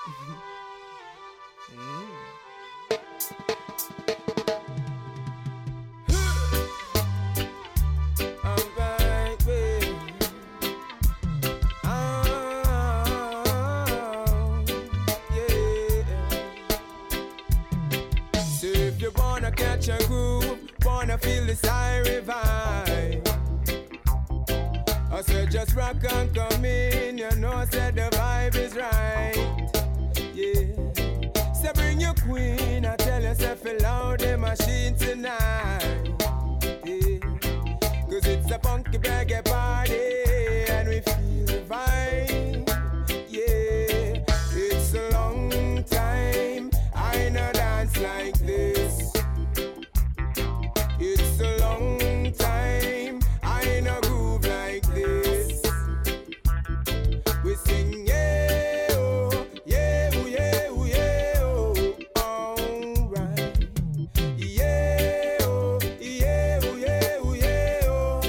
Catch a groove, wanna feel the siren vibe. I said just rock and come in, you know, said the vibe is right. Yeah, so bring your queen, I tell yourself loud the machine tonight. Yeah, cause it's a funky reggae party and we feel the vibe. Yeah, it's a long time I no dance like this. It's a long time I no groove like this. We sing yeah oh, yeah oh, yeah oh, yeah oh, alright. Yeah oh, yeah oh, yeah oh, yeah oh.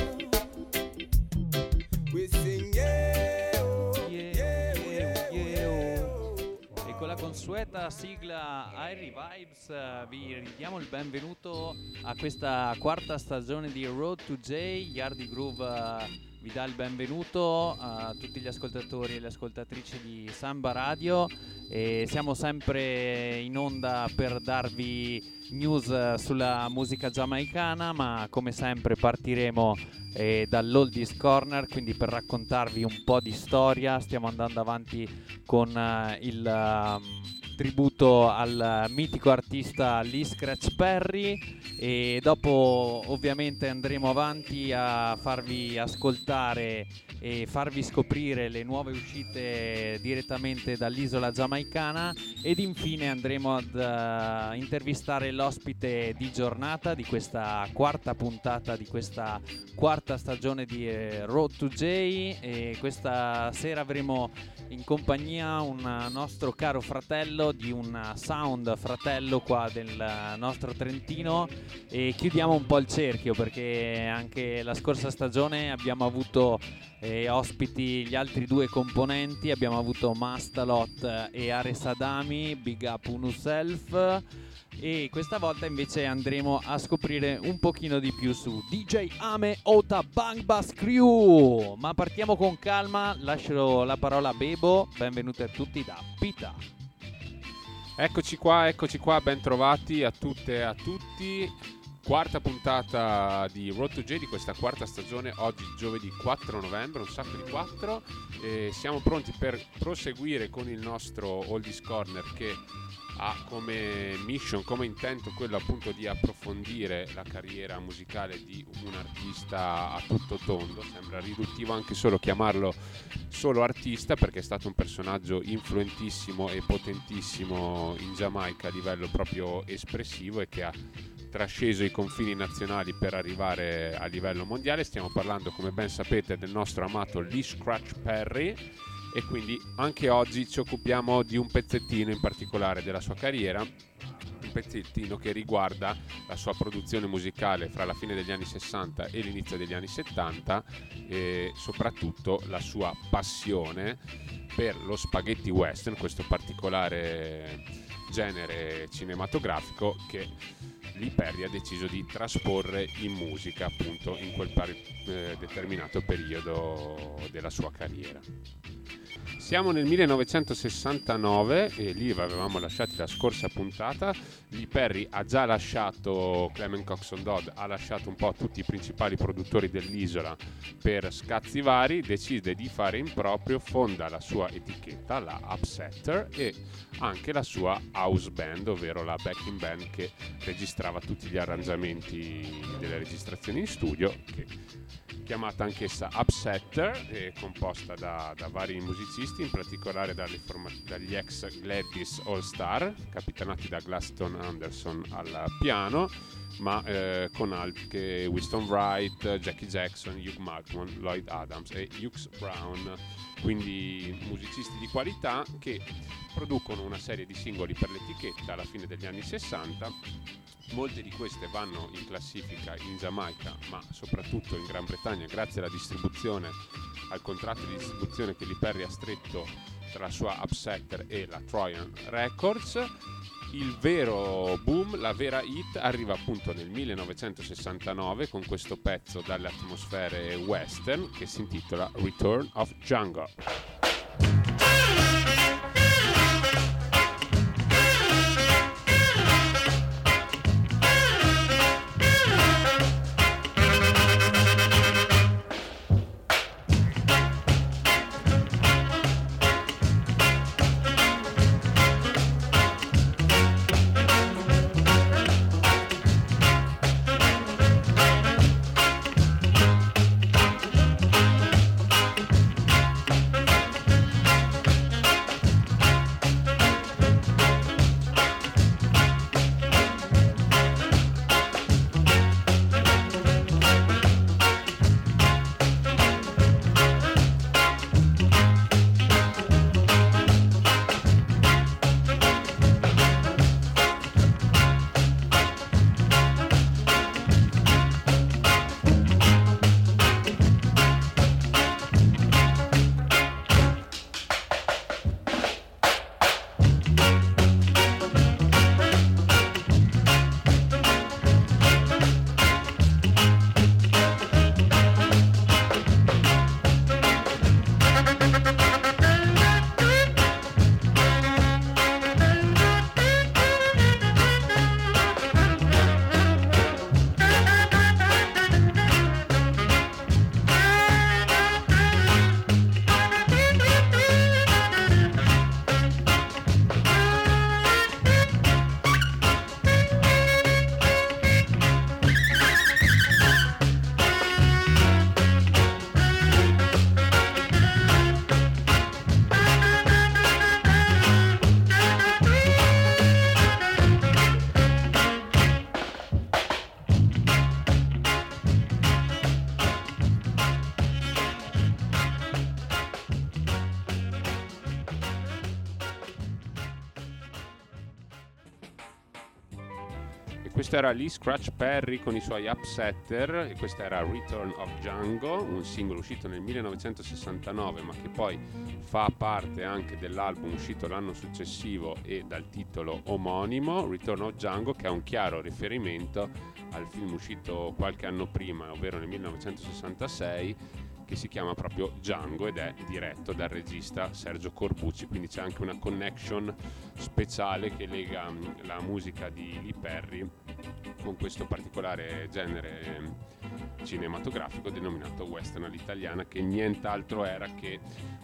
We sing yeah oh, yeah oh, yeah oh. E con la consueta sigla Airy Vibes vi ridiamo il benvenuto a questa quarta stagione di Road to J. Yardi Groove vi dà il benvenuto a tutti gli ascoltatori e le ascoltatrici di Samba Radio, e siamo sempre in onda per darvi news sulla musica giamaicana, ma come sempre partiremo dall'Oldies Corner, quindi per raccontarvi un po' di storia. Stiamo andando avanti con il tributo al mitico artista Lee Scratch Perry, e dopo ovviamente andremo avanti a farvi ascoltare e farvi scoprire le nuove uscite direttamente dall'isola giamaicana, ed infine andremo ad intervistare l'ospite di giornata di questa quarta puntata di questa quarta stagione di Road to J. E questa sera avremo in compagnia un nostro caro fratello, di un sound fratello qua del nostro Trentino, e chiudiamo un po' il cerchio perché anche la scorsa stagione abbiamo avuto ospiti gli altri due componenti, abbiamo avuto Mastalot e Ares Adami, big up unuself, e questa volta invece andremo a scoprire un pochino di più su DJ Ame Ota Bang Bass Crew. Ma partiamo con calma, lascio la parola a Bebo. Benvenuti a tutti da Pita. Eccoci qua, ben trovati a tutte e a tutti. Quarta puntata di Road to J di questa quarta stagione, oggi giovedì 4 novembre, un sacco di 4, e siamo pronti per proseguire con il nostro Oldies Corner, che ha come mission, come intento quello appunto di approfondire la carriera musicale di un artista a tutto tondo. Sembra riduttivo anche solo chiamarlo solo artista, perché è stato un personaggio influentissimo e potentissimo in Giamaica a livello proprio espressivo, e che ha trasceso i confini nazionali per arrivare a livello mondiale. Stiamo parlando, come ben sapete, del nostro amato Lee Scratch Perry, e quindi anche oggi ci occupiamo di un pezzettino in particolare della sua carriera, un pezzettino che riguarda la sua produzione musicale fra la fine degli anni 60 e l'inizio degli anni 70, e soprattutto la sua passione per lo spaghetti western, questo particolare genere cinematografico che Lee Perry ha deciso di trasporre in musica appunto in quel determinato periodo della sua carriera. Siamo nel 1969 e lì avevamo lasciati la scorsa puntata. Lee Perry ha già lasciato Clement Coxsone Dodd, ha lasciato un po' tutti i principali produttori dell'isola per scazzi vari, decide di fare in proprio, fonda la sua etichetta, la Upsetter, e anche la sua house band, ovvero la backing band che registrava tutti gli arrangiamenti delle registrazioni in studio, chiamata anch'essa Upsetter, composta da vari musicisti, in particolare dagli ex Gladys All Star, capitanati da Glaston Anderson al piano, ma con anche Winston Wright, Jackie Jackson, Hugh Malcolm, Lloyd Adams e Hughes Brown, quindi musicisti di qualità che producono una serie di singoli per l'etichetta alla fine degli anni 60. Molte di queste vanno in classifica in Giamaica, ma soprattutto in Gran Bretagna, grazie alla distribuzione, al contratto di distribuzione che Lee Perry ha stretto tra la sua Upsetter e la Trojan Records. Il vero boom, la vera hit arriva appunto nel 1969 con questo pezzo dalle atmosfere western che si intitola Return of Django. Questo era Lee Scratch Perry con i suoi Upsetter e questo era Return of Django, un singolo uscito nel 1969 ma che poi fa parte anche dell'album uscito l'anno successivo e dal titolo omonimo, Return of Django, che è un chiaro riferimento al film uscito qualche anno prima, ovvero nel 1966, che si chiama proprio Django ed è diretto dal regista Sergio Corbucci, quindi c'è anche una connection speciale che lega la musica di Lee Perry con questo particolare genere cinematografico denominato western all'italiana, che nient'altro era che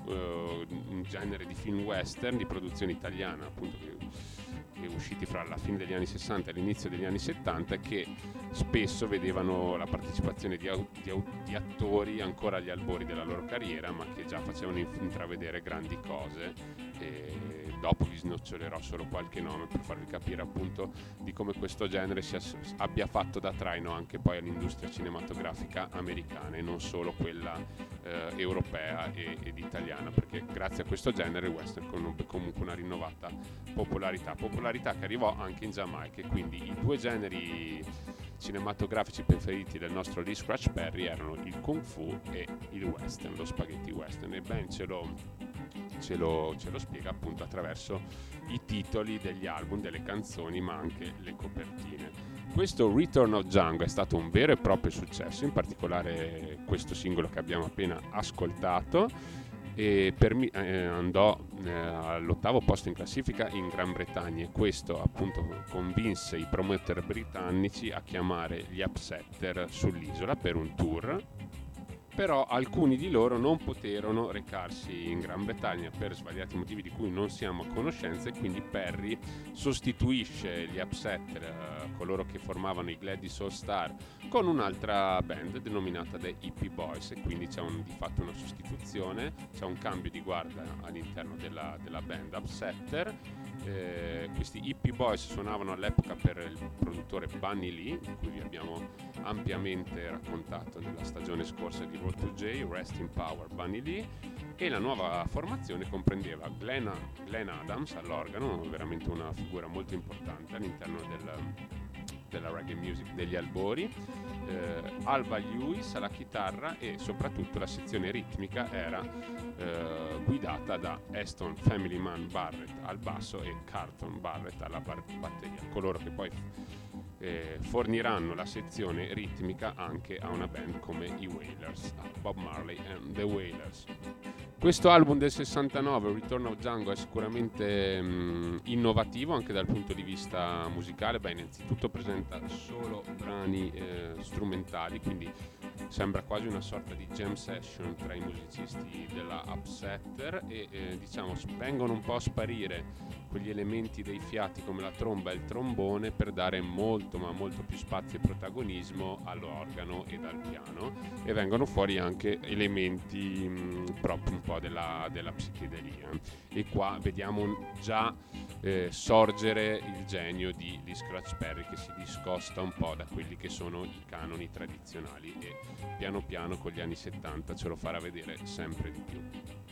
un genere di film western di produzione italiana, appunto, che usciti fra la fine degli anni 60 e l'inizio degli anni 70, che spesso vedevano la partecipazione di attori ancora agli albori della loro carriera, ma che già facevano intravedere grandi cose. E dopo vi snocciolerò solo qualche nome per farvi capire appunto di come questo genere abbia fatto da traino anche poi all'industria cinematografica americana e non solo quella europea ed italiana, perché grazie a questo genere il western conobbe comunque una rinnovata popolarità che arrivò anche in Giamaica, e quindi i due generi cinematografici preferiti del nostro Lee Scratch Perry erano il kung fu e il western, lo spaghetti western, e ben ce lo spiega appunto attraverso i titoli degli album, delle canzoni, ma anche le copertine. Questo Return of Django è stato un vero e proprio successo, in particolare questo singolo che abbiamo appena ascoltato, e andò all'8° posto in classifica in Gran Bretagna, e questo appunto convinse i promoter britannici a chiamare gli Upsetter sull'isola per un tour. Però alcuni di loro non poterono recarsi in Gran Bretagna per svariati motivi di cui non siamo a conoscenza, e quindi Perry sostituisce gli Upsetter, coloro che formavano i Gladys All Star, con un'altra band denominata The Hippie Boys, e quindi c'è di fatto una sostituzione, c'è un cambio di guardia all'interno della band Upsetter. Questi Hippie Boys suonavano all'epoca per il produttore Bunny Lee, di cui vi abbiamo ampiamente raccontato nella stagione scorsa di Road to J, Rest in Power Bunny Lee, e la nuova formazione comprendeva Glenn Adams all'organo, veramente una figura molto importante all'interno della reggae music degli albori, Alva Lewis alla chitarra e soprattutto la sezione ritmica era guidata da Aston Family Man Barrett al basso e Carlton Barrett alla batteria, coloro che poi forniranno la sezione ritmica anche a una band come i Wailers, Bob Marley and the Wailers. Questo album del 69, Return of Django, è sicuramente innovativo anche dal punto di vista musicale. Innanzitutto presenta solo brani strumentali, quindi sembra quasi una sorta di jam session tra i musicisti della Upsetter e diciamo vengono un po' a sparire quegli elementi dei fiati come la tromba e il trombone per dare molto ma molto più spazio e protagonismo all'organo e al piano, e vengono fuori anche elementi proprio un po' della psichedelia, e qua vediamo già sorgere il genio di Lee Scratch Perry, che si discosta un po' da quelli che sono i canoni tradizionali e piano piano con gli anni 70 ce lo farà vedere sempre di più.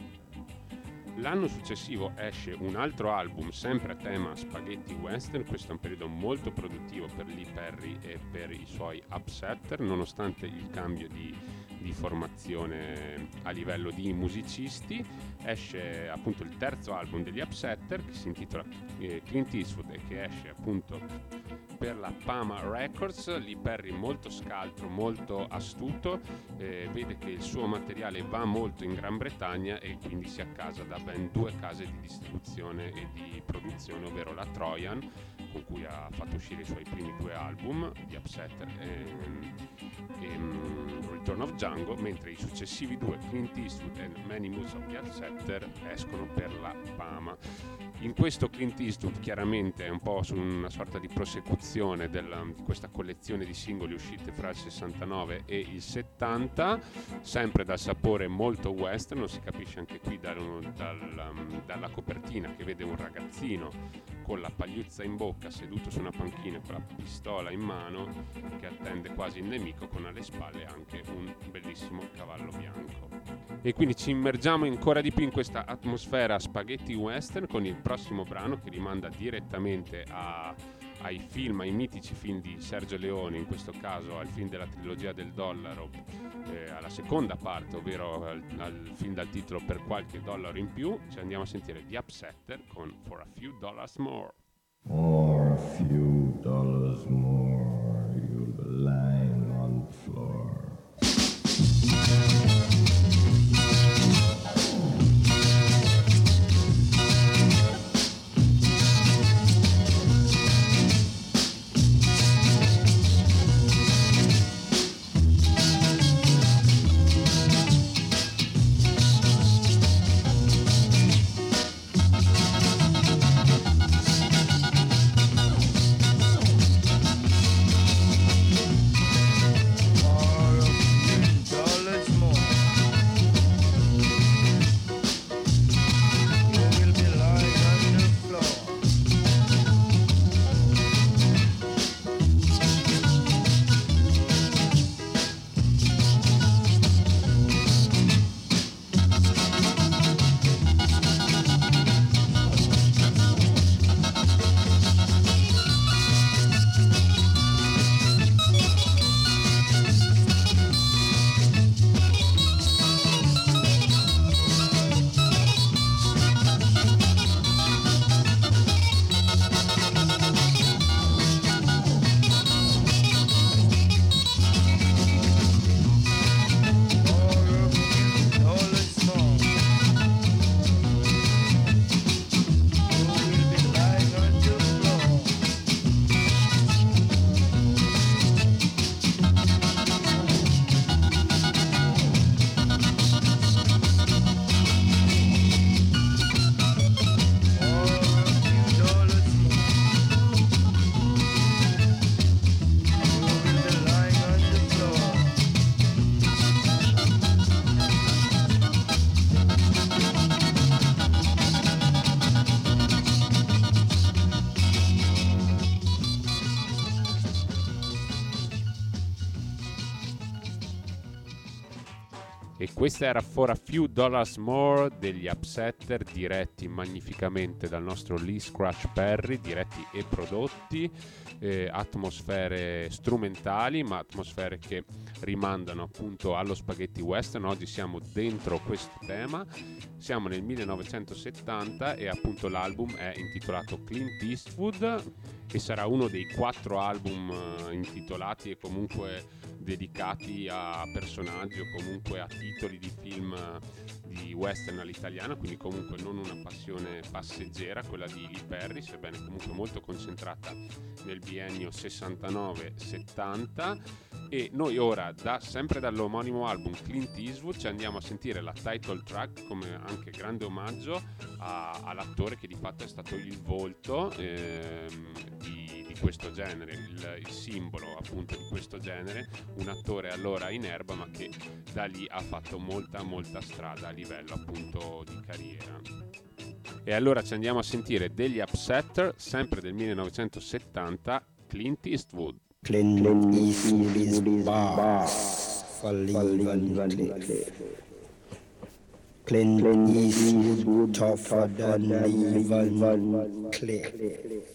L'anno successivo esce un altro album sempre a tema spaghetti western. Questo è un periodo molto produttivo per Lee Perry e per i suoi Upsetter, nonostante il cambio di formazione a livello di musicisti. Esce appunto il terzo album degli Upsetter, che si intitola Clint Eastwood e che esce appunto per la Pama Records. Lee Perry molto scaltro, molto astuto, vede che il suo materiale va molto in Gran Bretagna e quindi si accasa da ben 2 case di distribuzione e di produzione, ovvero la Trojan, con cui ha fatto uscire i suoi primi 2 album di Upsetter e Return of Django, mentre i successivi 2, Clint Eastwood e Many Moods of the Upsetter, escono per la Pama. In questo Clint Eastwood chiaramente è un po' su una sorta di prosecuzione di questa collezione di singoli usciti fra il 69 e il 70, sempre dal sapore molto western. Non si capisce anche qui dalla copertina, che vede un ragazzino con la pagliuzza in bocca seduto su una panchina con la pistola in mano che attende quasi il nemico, con alle spalle anche un bellissimo cavallo bianco. E quindi ci immergiamo ancora di più in questa atmosfera spaghetti western con il prossimo brano, che rimanda direttamente ai film, ai mitici film di Sergio Leone, in questo caso al film della trilogia del dollaro, alla seconda parte, ovvero al film dal titolo Per qualche dollaro in più. Ci andiamo a sentire The Upsetter con For a Few Dollars More. For a few dollars more, you'll be lying on the floor. E questa era For a Few Dollars More degli Upsetter, diretti magnificamente dal nostro Lee Scratch Perry, diretti e prodotti, atmosfere strumentali, ma atmosfere che rimandano appunto allo spaghetti western. Oggi siamo dentro questo tema, siamo nel 1970 e appunto l'album è intitolato Clint Eastwood e sarà uno dei 4 album intitolati e comunque dedicati a personaggi o comunque a titoli di film di western all'italiana, quindi comunque non una passione passeggera quella di Lee Perry, sebbene comunque molto concentrata nel biennio 69-70. E noi ora, sempre dall'omonimo album Clint Eastwood, ci andiamo a sentire la title track come anche grande omaggio all'attore che di fatto è stato il volto di questo genere, il simbolo appunto di questo genere, un attore allora in erba ma che da lì ha fatto molta strada a livello appunto di carriera. E allora ci andiamo a sentire degli Upsetter, sempre del 1970, Clint Eastwood. Clint Eastwood is boss for leaving Clint Eastwood tougher than leaving Cliff.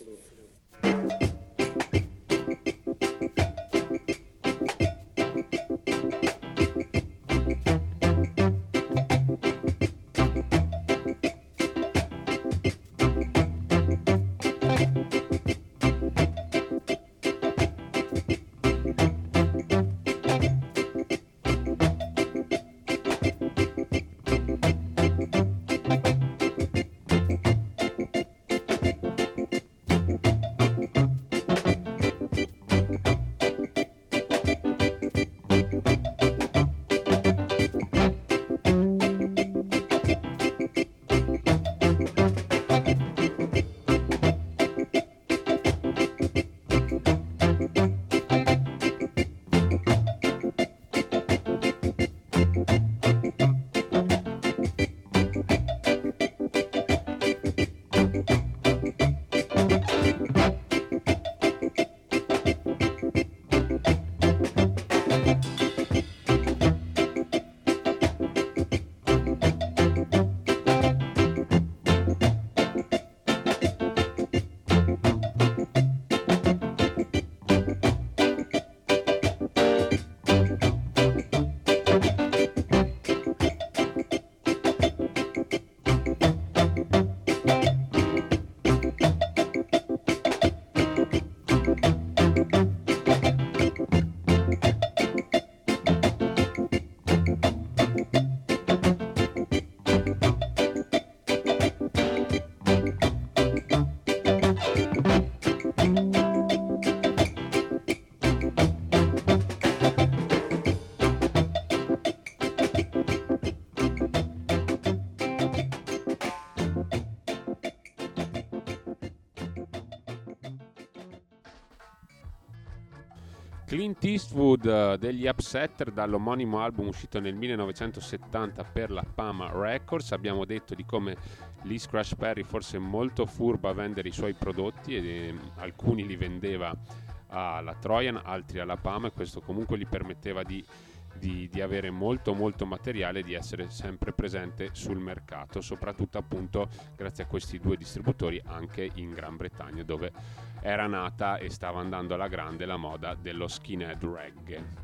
Clint Eastwood degli Upsetter dall'omonimo album uscito nel 1970 per la Pama Records. Abbiamo detto di come Lee Scratch Perry fosse molto furbo a vendere i suoi prodotti e alcuni li vendeva alla Trojan, altri alla Pama, e questo comunque gli permetteva di avere molto materiale, di essere sempre presente sul mercato, soprattutto appunto grazie a questi 2 distributori anche in Gran Bretagna, dove era nata e stava andando alla grande la moda dello skinhead reggae.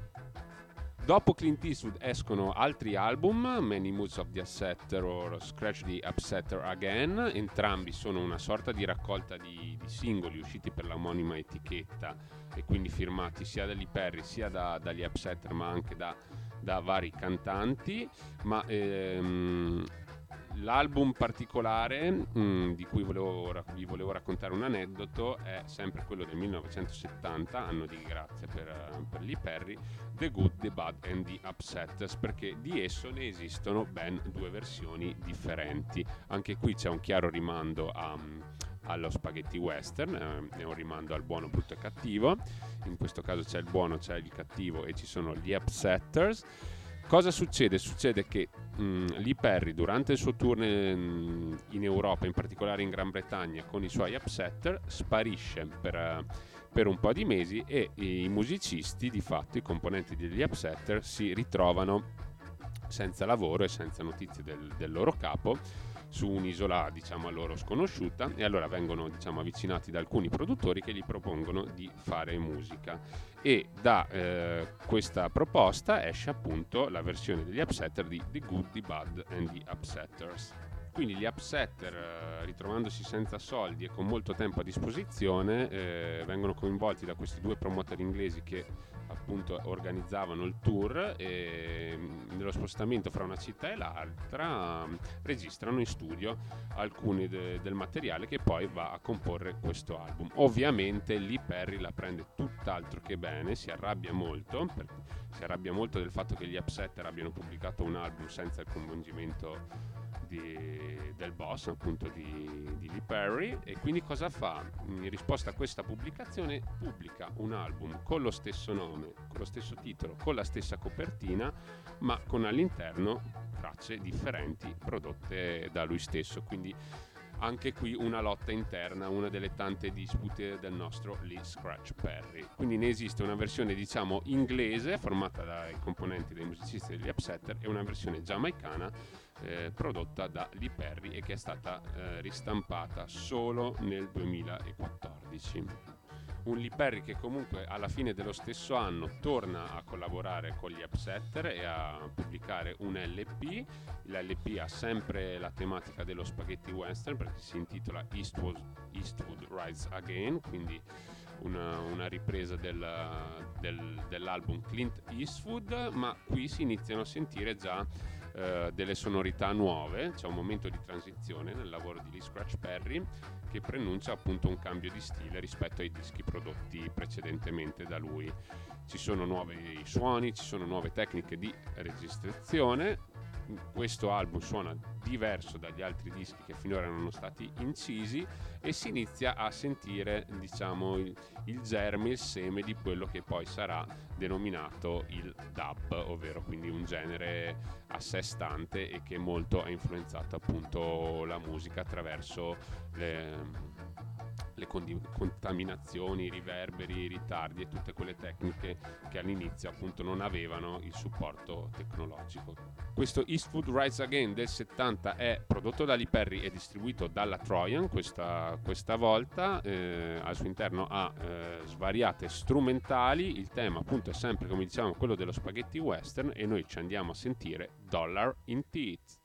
Dopo Clint Eastwood escono altri album, Many Moods of the Upsetter o Scratch the Upsetter Again, entrambi sono una sorta di raccolta di singoli usciti per l'omonima etichetta e quindi firmati sia da Lee Perry sia dagli Upsetter ma anche da vari cantanti, ma l'album particolare di cui vi volevo raccontare un aneddoto è sempre quello del 1970, anno di grazia per Lee Perry, The Good, The Bad and The Upsetters, perché di esso ne esistono ben 2 versioni differenti. Anche qui c'è un chiaro rimando allo spaghetti western, è un rimando al buono, brutto e cattivo. In questo caso c'è il buono, c'è il cattivo e ci sono gli Upsetters. Cosa succede? Succede che Lee Perry durante il suo tour in Europa, in particolare in Gran Bretagna, con i suoi Upsetter, sparisce per un po' di mesi e i musicisti, di fatto i componenti degli Upsetter, si ritrovano senza lavoro e senza notizie del loro capo, su un'isola diciamo a loro sconosciuta, e allora vengono diciamo avvicinati da alcuni produttori che gli propongono di fare musica, e da questa proposta esce appunto la versione degli Upsetter di The Good, The Bad and The Upsetters. Quindi gli Upsetter, ritrovandosi senza soldi e con molto tempo a disposizione, vengono coinvolti da questi due promoter inglesi che appunto organizzavano il tour, e nello spostamento fra una città e l'altra registrano in studio alcuni del materiale che poi va a comporre questo album. Ovviamente Lee Perry la prende tutt'altro che bene, si arrabbia molto del fatto che gli Upsetter abbiano pubblicato un album senza il coinvolgimento del boss, appunto di Lee Perry, e quindi cosa fa? In risposta a questa pubblicazione pubblica un album con lo stesso nome, con lo stesso titolo, con la stessa copertina, ma con all'interno tracce differenti prodotte da lui stesso. Quindi anche qui una lotta interna, una delle tante dispute del nostro Lee Scratch Perry. Quindi ne esiste una versione diciamo inglese formata dai componenti, dei musicisti degli Upsetter, e una versione giamaicana prodotta da Lee Perry e che è stata ristampata solo nel 2014. Un Lee Perry che comunque alla fine dello stesso anno torna a collaborare con gli Upsetter e a pubblicare un LP. L'LP ha sempre la tematica dello spaghetti western perché si intitola Eastwood Rise Again, quindi una ripresa dell'album Clint Eastwood, ma qui si iniziano a sentire già delle sonorità nuove. C'è un momento di transizione nel lavoro di Lee Scratch Perry che preannuncia appunto un cambio di stile rispetto ai dischi prodotti precedentemente da lui. Ci sono nuovi suoni, ci sono nuove tecniche di registrazione. Questo album suona diverso dagli altri dischi che finora erano stati incisi, e si inizia a sentire diciamo il germe, il seme di quello che poi sarà denominato il dub, ovvero quindi un genere a sé stante e che molto ha influenzato appunto la musica attraverso le contaminazioni, i riverberi, i ritardi e tutte quelle tecniche che all'inizio appunto non avevano il supporto tecnologico. Questo Eastwood Rise Again del 70 è prodotto da Lee Perry e distribuito dalla Trojan questa volta. Al suo interno ha svariate strumentali. Il tema appunto è sempre, come diciamo, quello dello spaghetti western, e noi ci andiamo a sentire Dollar in Teeth.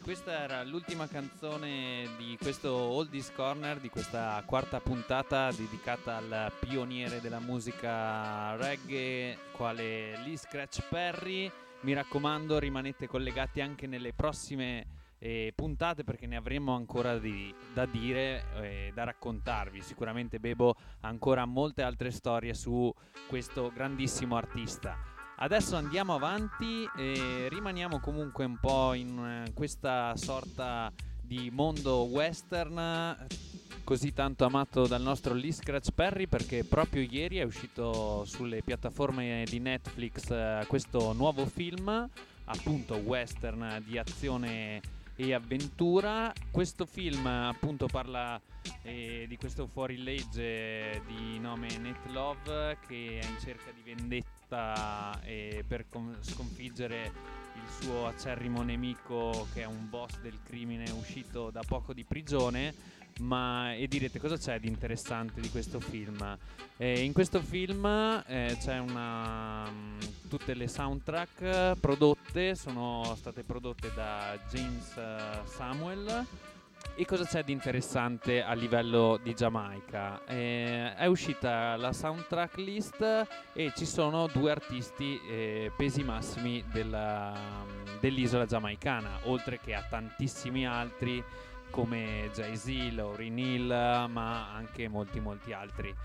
questa era l'ultima canzone di questo Oldies Corner, di questa quarta puntata dedicata al pioniere della musica reggae, quale Lee Scratch Perry. Mi raccomando, rimanete collegati anche nelle prossime puntate, perché ne avremo ancora da dire, da raccontarvi. Sicuramente Bebo ha ancora molte altre storie su questo grandissimo artista. Adesso andiamo avanti e rimaniamo comunque un po' in questa sorta di mondo western così tanto amato dal nostro Lee Scratch Perry, perché proprio ieri è uscito sulle piattaforme di Netflix questo nuovo film, appunto western di azione e avventura. Questo film appunto parla di questo fuorilegge di nome Nate Love, che è in cerca di vendetta per sconfiggere il suo acerrimo nemico, che è un boss del crimine uscito da poco di prigione. E direte, cosa c'è di interessante di questo film? In questo film c'è tutte le soundtrack sono state prodotte da James Samuel. E cosa c'è di interessante a livello di Giamaica? È uscita la soundtrack list e ci sono 2 artisti pesi massimi dell'isola giamaicana, oltre che a tantissimi altri come Jay-Z, Lauryn Hill, ma anche molti altri.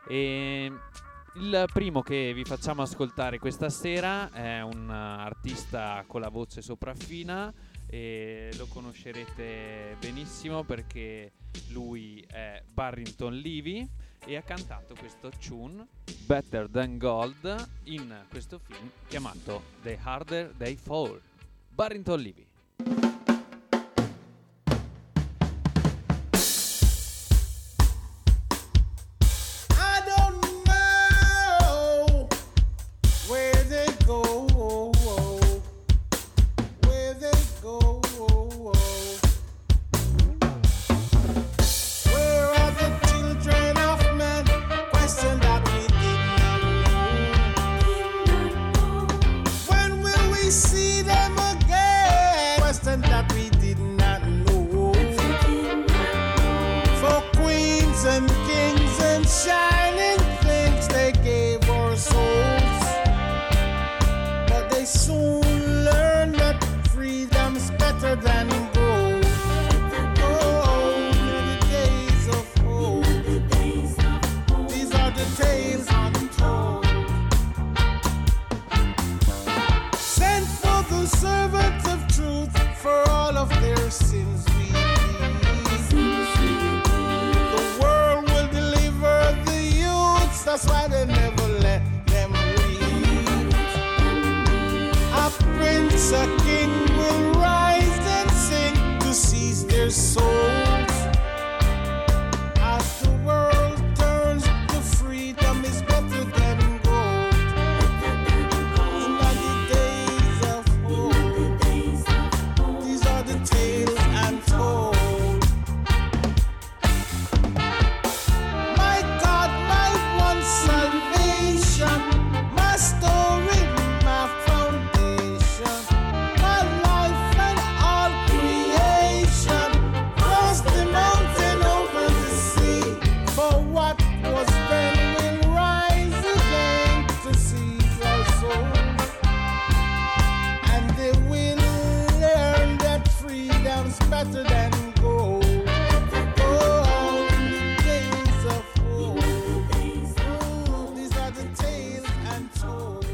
Il primo che vi facciamo ascoltare questa sera è un artista con la voce sopraffina, e lo conoscerete benissimo perché lui è Barrington Levy e ha cantato questo tune Better Than Gold in questo film chiamato The Harder They Fall. Barrington Levy. See them again. Question that we did not know. For queens and kings and shining things they gave our souls, but they soon learned that freedom's better than gold. Oh, the days of old. These are the tales untold. The servants of truth, for all of their sins we plead. The world will deliver the youths, that's why they never let them read. A prince, a king will rise and sing to seize their souls. As the world turns to freedom is better than better than gold. Oh, the days of old. Oh, these are the tales untold.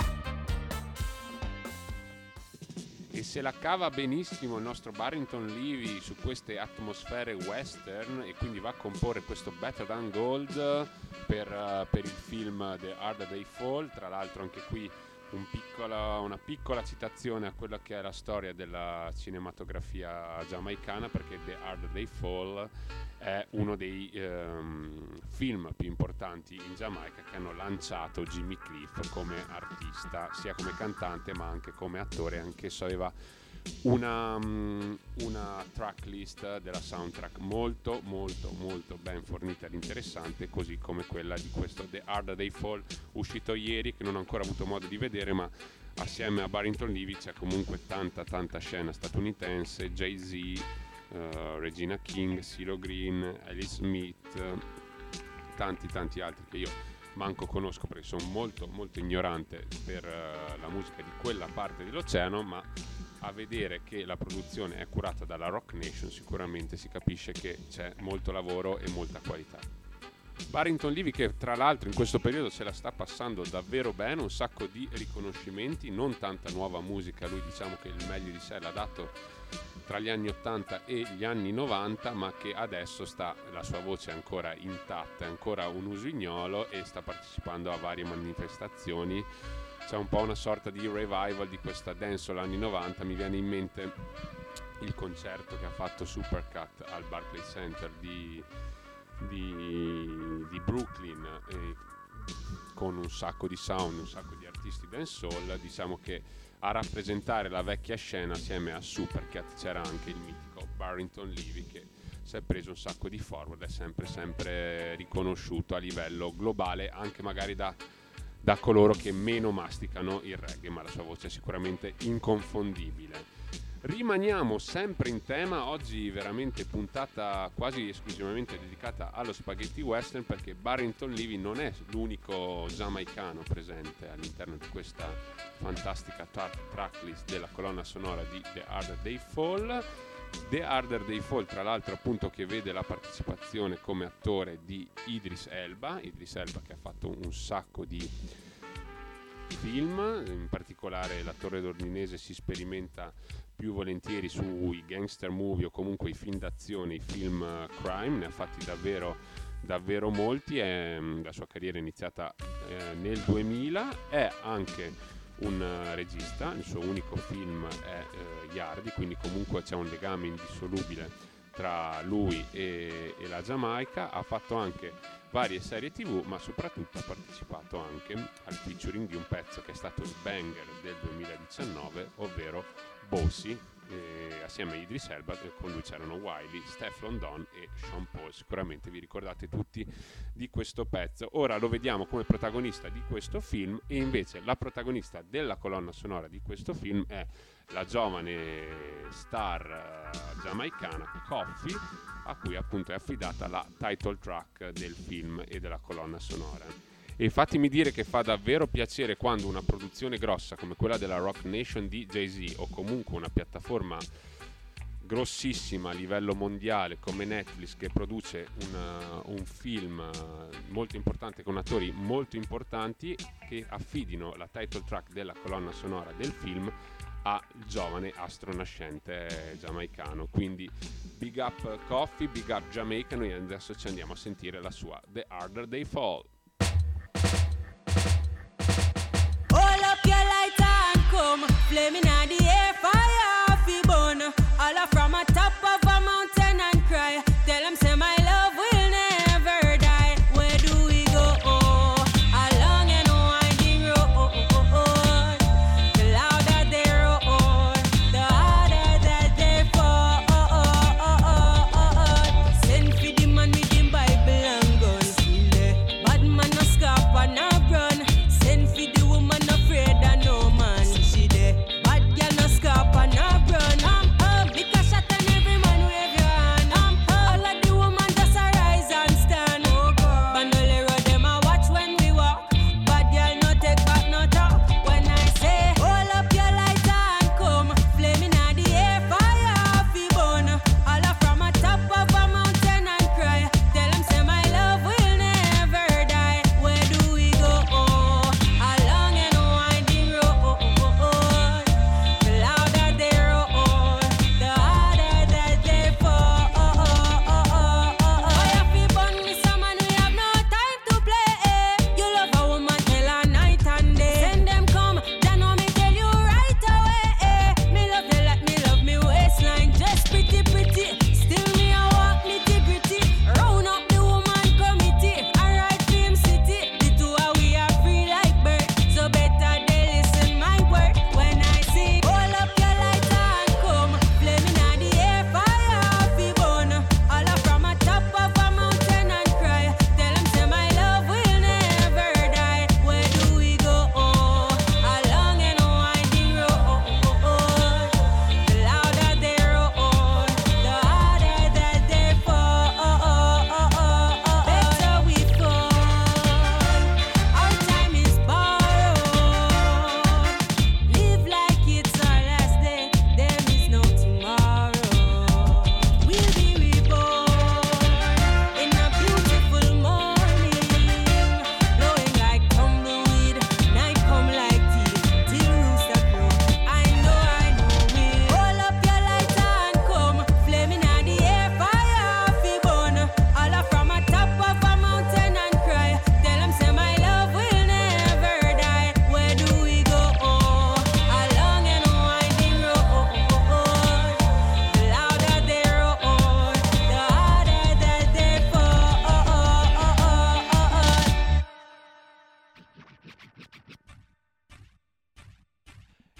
E se la cava benissimo il nostro Barrington Levy su queste atmosfere western, e quindi va a comporre questo Better Than Gold per il film The Harder They Fall. Tra l'altro anche qui una piccola citazione a quella che è la storia della cinematografia giamaicana, perché The Harder They Fall è uno dei film più importanti in Giamaica, che hanno lanciato Jimmy Cliff come artista, sia come cantante ma anche come attore. Anch'esso aveva una tracklist della soundtrack molto ben fornita ed interessante, così come quella di questo The Harder They Fall, uscito ieri, che non ho ancora avuto modo di vedere, ma assieme a Barrington Levy c'è comunque tanta scena statunitense, Jay-Z, Regina King, CeeLo Green, Alice Smith, tanti altri che io manco conosco perché sono molto ignorante per la musica di quella parte dell'oceano, ma a vedere che la produzione è curata dalla Rock Nation sicuramente si capisce che c'è molto lavoro e molta qualità. Barrington Levy, che tra l'altro in questo periodo se la sta passando davvero bene, un sacco di riconoscimenti, non tanta nuova musica, lui diciamo che il meglio di sé l'ha dato tra gli anni 80 e gli anni 90, ma che adesso la sua voce è ancora intatta, è ancora un usignolo e sta partecipando a varie manifestazioni. C'è un po' una sorta di revival di questa dancehall anni 90, mi viene in mente il concerto che ha fatto Supercut al Barclays Center di Brooklyn, con un sacco di sound, un sacco di artisti dancehall. Diciamo che a rappresentare la vecchia scena assieme a Supercat c'era anche il mitico Barrington Levy, che si è preso un sacco di forward, è sempre riconosciuto a livello globale, anche magari da coloro che meno masticano il reggae, ma la sua voce è sicuramente inconfondibile. Rimaniamo sempre in tema, oggi veramente puntata quasi esclusivamente dedicata allo spaghetti western, perché Barrington Levy non è l'unico giamaicano presente all'interno di questa fantastica tracklist della colonna sonora di The Harder They Fall. The Harder They Fall, tra l'altro, appunto, che vede la partecipazione come attore di Idris Elba che ha fatto un sacco di film, in particolare l'attore londinese si sperimenta più volentieri sui gangster movie o comunque i film d'azione, i film crime, ne ha fatti davvero molti. La sua carriera è iniziata nel 2000, è anche un regista, il suo unico film è Yardi, quindi comunque c'è un legame indissolubile tra lui e la Giamaica. Ha fatto anche varie serie TV, ma soprattutto ha partecipato anche al featuring di un pezzo che è stato il banger del 2019, ovvero Bossy, assieme a Idris Elba. Con lui c'erano Wiley, Stefflon Don e Sean Paul. Sicuramente vi ricordate tutti di questo pezzo. Ora lo vediamo come protagonista di questo film, e invece la protagonista della colonna sonora di questo film è la giovane star giamaicana Coffee, a cui appunto è affidata la title track del film e della colonna sonora. E fatemi dire che fa davvero piacere quando una produzione grossa come quella della Rock Nation di Jay-Z, o comunque una piattaforma grossissima a livello mondiale come Netflix, che produce un film molto importante con attori molto importanti, che affidino la title track della colonna sonora del film al giovane astro nascente giamaicano. Quindi big up Coffee, big up Jamaica. Noi adesso ci andiamo a sentire la sua The Harder They Fall. Flaming at the air, fire fi burn. All up from a top of a mountain and cry. Tell them say my love will never die. Where do we go? Along an winding road. The louder they roar, the harder that they fall. Send for the man with the Bible and guns. Bad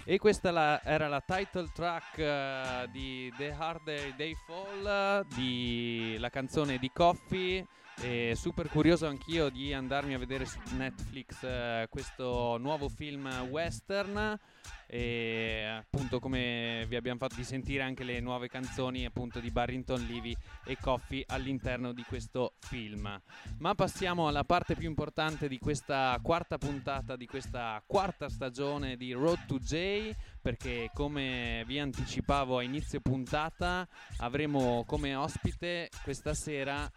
E questa era la title track di The Harder They Fall, la canzone di Coffee. E super curioso anch'io di andarmi a vedere su Netflix questo nuovo film western, e appunto, come vi abbiamo fatto di sentire, anche le nuove canzoni appunto di Barrington Levy e Coffee all'interno di questo film. Ma passiamo alla parte più importante di questa quarta puntata, di questa quarta stagione di Road to J, perché come vi anticipavo a inizio puntata avremo come ospite questa sera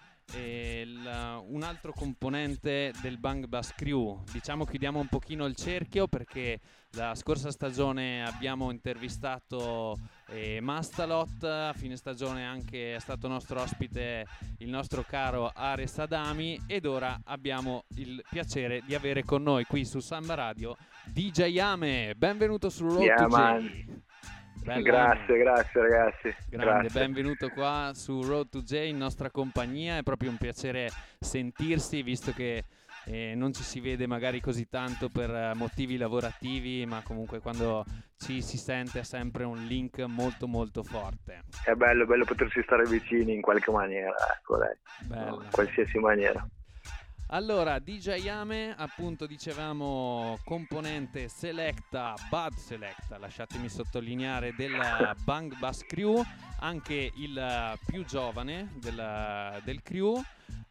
un altro componente del Bang Bass Crew. Diciamo chiudiamo un pochino il cerchio, perché la scorsa stagione abbiamo intervistato Mastalot, a fine stagione anche è stato nostro ospite il nostro caro Ares Adami, ed ora abbiamo il piacere di avere con noi qui su Samba Radio DJ Ame. Benvenuto su Road to J. Grazie ragazzi. Grande, benvenuto qua su Road to J in nostra compagnia. È proprio un piacere sentirsi, visto che non ci si vede magari così tanto per motivi lavorativi, ma comunque quando ci si sente è sempre un link molto molto forte. È bello potersi stare vicini in qualche maniera, ecco, dai. Bello. In qualsiasi maniera. Allora, DJ Ame, appunto dicevamo componente Bad Selecta, lasciatemi sottolineare, della Bang Bass Crew, anche il più giovane del crew.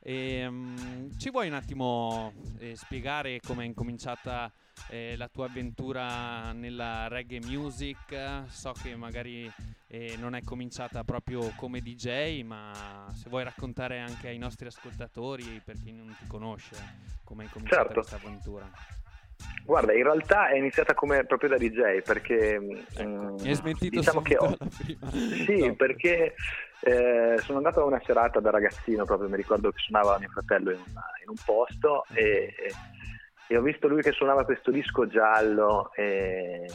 Ci vuoi un attimo spiegare come è incominciata la tua avventura nella reggae music? So che magari non è cominciata proprio come DJ, ma se vuoi raccontare anche ai nostri ascoltatori, per chi non ti conosce, come è incominciata questa avventura. Guarda, in realtà è iniziata come proprio da DJ, perché mi hai smentito, diciamo che prima. Sì, no. Perché sono andato a una serata da ragazzino, proprio mi ricordo che suonava mio fratello in un posto, e ho visto lui che suonava questo disco giallo, e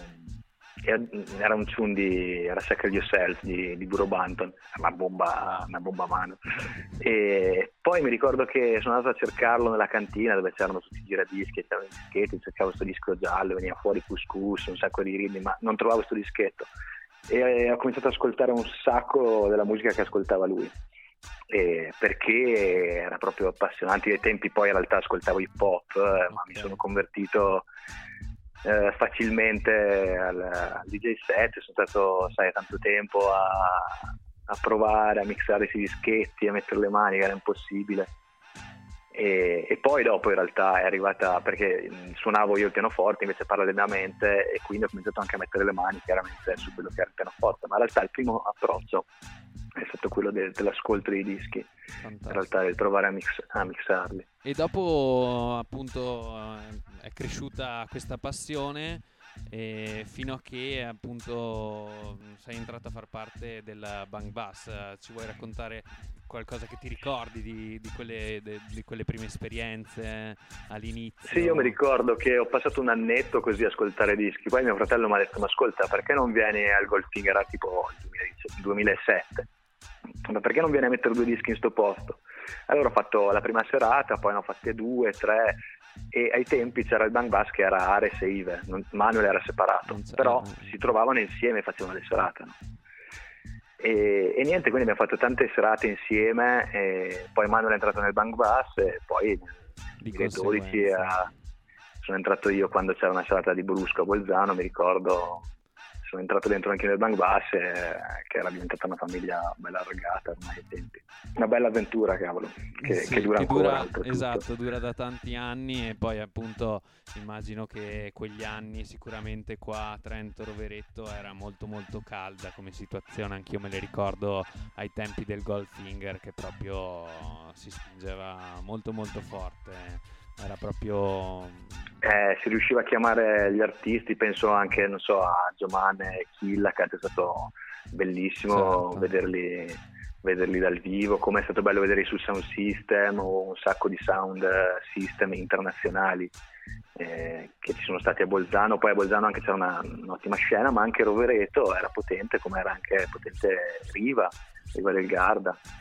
era un tune era Sacred Yourself di Burro Banton, una bomba a mano. E poi mi ricordo che sono andato a cercarlo nella cantina dove c'erano tutti i giradischi, c'erano i dischetti, cercavo questo disco giallo, veniva fuori Couscous, un sacco di ritmi, ma non trovavo questo dischetto, e ho cominciato ad ascoltare un sacco della musica che ascoltava lui, perché era proprio appassionante. Ai tempi poi in realtà ascoltavo hip hop, ma mi sono convertito facilmente al DJ set. Sono stato, tanto tempo a provare a mixare questi dischetti, a mettere le mani, che era impossibile, e poi dopo in realtà è arrivata, perché suonavo io il pianoforte invece parallelamente, e quindi ho cominciato anche a mettere le mani chiaramente su quello che era il pianoforte, ma in realtà il primo approccio è stato quello dell'ascolto dei dischi. Fantastico. In realtà del provare a mixarli. E dopo appunto è cresciuta questa passione, fino a che appunto sei entrato a far parte della Bang Bass. Ci vuoi raccontare qualcosa che ti ricordi di quelle prime esperienze all'inizio? Sì, io mi ricordo che ho passato un annetto così a ascoltare dischi, poi mio fratello mi ha detto: ma ascolta, perché non vieni al Goldfinger? Era tipo il 2007, ma perché non vieni a mettere 2 dischi in sto posto? Allora ho fatto la prima serata, poi ne ho fatte 2, 3, e ai tempi c'era il Bang Bass che era Ares e Ive, Manuel era separato, però si trovavano insieme e facevano le serate, no? E niente, quindi abbiamo fatto tante serate insieme, e poi Manuel è entrato nel Bang Bass, e poi nel 2012 sono entrato io quando c'era una serata di Brusco a Bolzano, mi ricordo. Sono entrato dentro anche nel Bang Bass, che era diventata una famiglia bella allargata ormai ai tempi. Una bella avventura, cavolo, che dura ancora. Esatto, dura da tanti anni, e poi appunto immagino che quegli anni sicuramente qua a Trento Rovereto era molto molto calda come situazione. Anch'io me le ricordo ai tempi del Goldfinger, che proprio si spingeva molto molto forte. Era proprio si riusciva a chiamare gli artisti, penso anche, non so, a Giomane e Killa, che è stato bellissimo, certo, vederli dal vivo, come è stato bello vederli sul Sound System, o un sacco di sound system internazionali che ci sono stati a Bolzano. Poi a Bolzano anche c'era un'ottima scena, ma anche Rovereto era potente, come era anche potente Riva del Garda.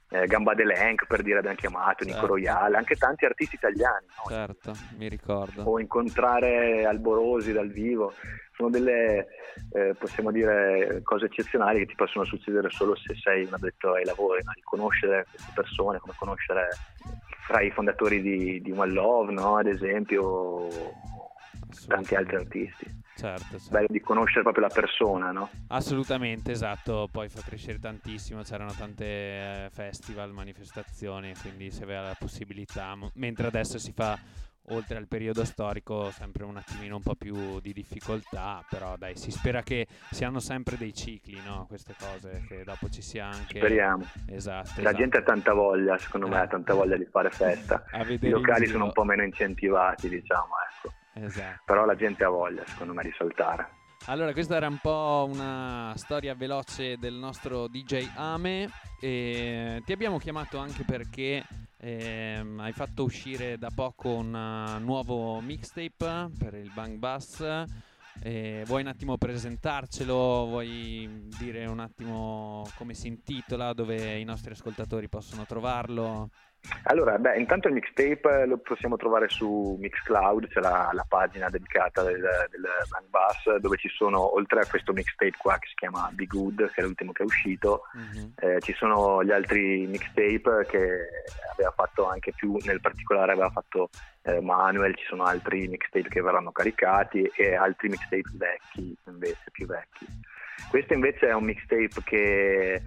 Gamba Delenk, per dire, abbiamo chiamato, Nico Royale, anche tanti artisti italiani, no? Certo, mi ricordo. O incontrare Alborosi dal vivo, sono delle possiamo dire cose eccezionali che ti possono succedere solo se sei un addetto ai lavori, no? Di conoscere queste persone, come conoscere fra i fondatori di One Love, no? Ad esempio, o tanti altri artisti. Certo. Bello di conoscere proprio la persona, no? Assolutamente, esatto, poi fa crescere tantissimo, c'erano tante festival, manifestazioni, quindi se aveva la possibilità, mentre adesso si fa, oltre al periodo storico, sempre un attimino un po' più di difficoltà, però dai, si spera che siano sempre dei cicli, no? Queste cose, che dopo ci sia anche... Speriamo. Esatto. La gente ha tanta voglia, secondo me, ha tanta voglia di fare festa. I locali sono un po' meno incentivati, diciamo, ecco. Esatto. Però la gente ha voglia, secondo me, di saltare. Allora, questa era un po' una storia veloce del nostro DJ Ame, e ti abbiamo chiamato anche perché hai fatto uscire da poco un nuovo mixtape per il Bang Bus. Vuoi un attimo presentarcelo? Vuoi dire un attimo come si intitola, dove i nostri ascoltatori possono trovarlo? Allora, intanto il mixtape lo possiamo trovare su Mixcloud, c'è la pagina dedicata del Bang Bus, dove ci sono, oltre a questo mixtape qua che si chiama Be Good, che è l'ultimo che è uscito, ci sono gli altri mixtape che aveva fatto anche più, nel particolare aveva fatto Manuel, ci sono altri mixtape che verranno caricati e altri mixtape vecchi, invece più vecchi. Questo invece è un mixtape che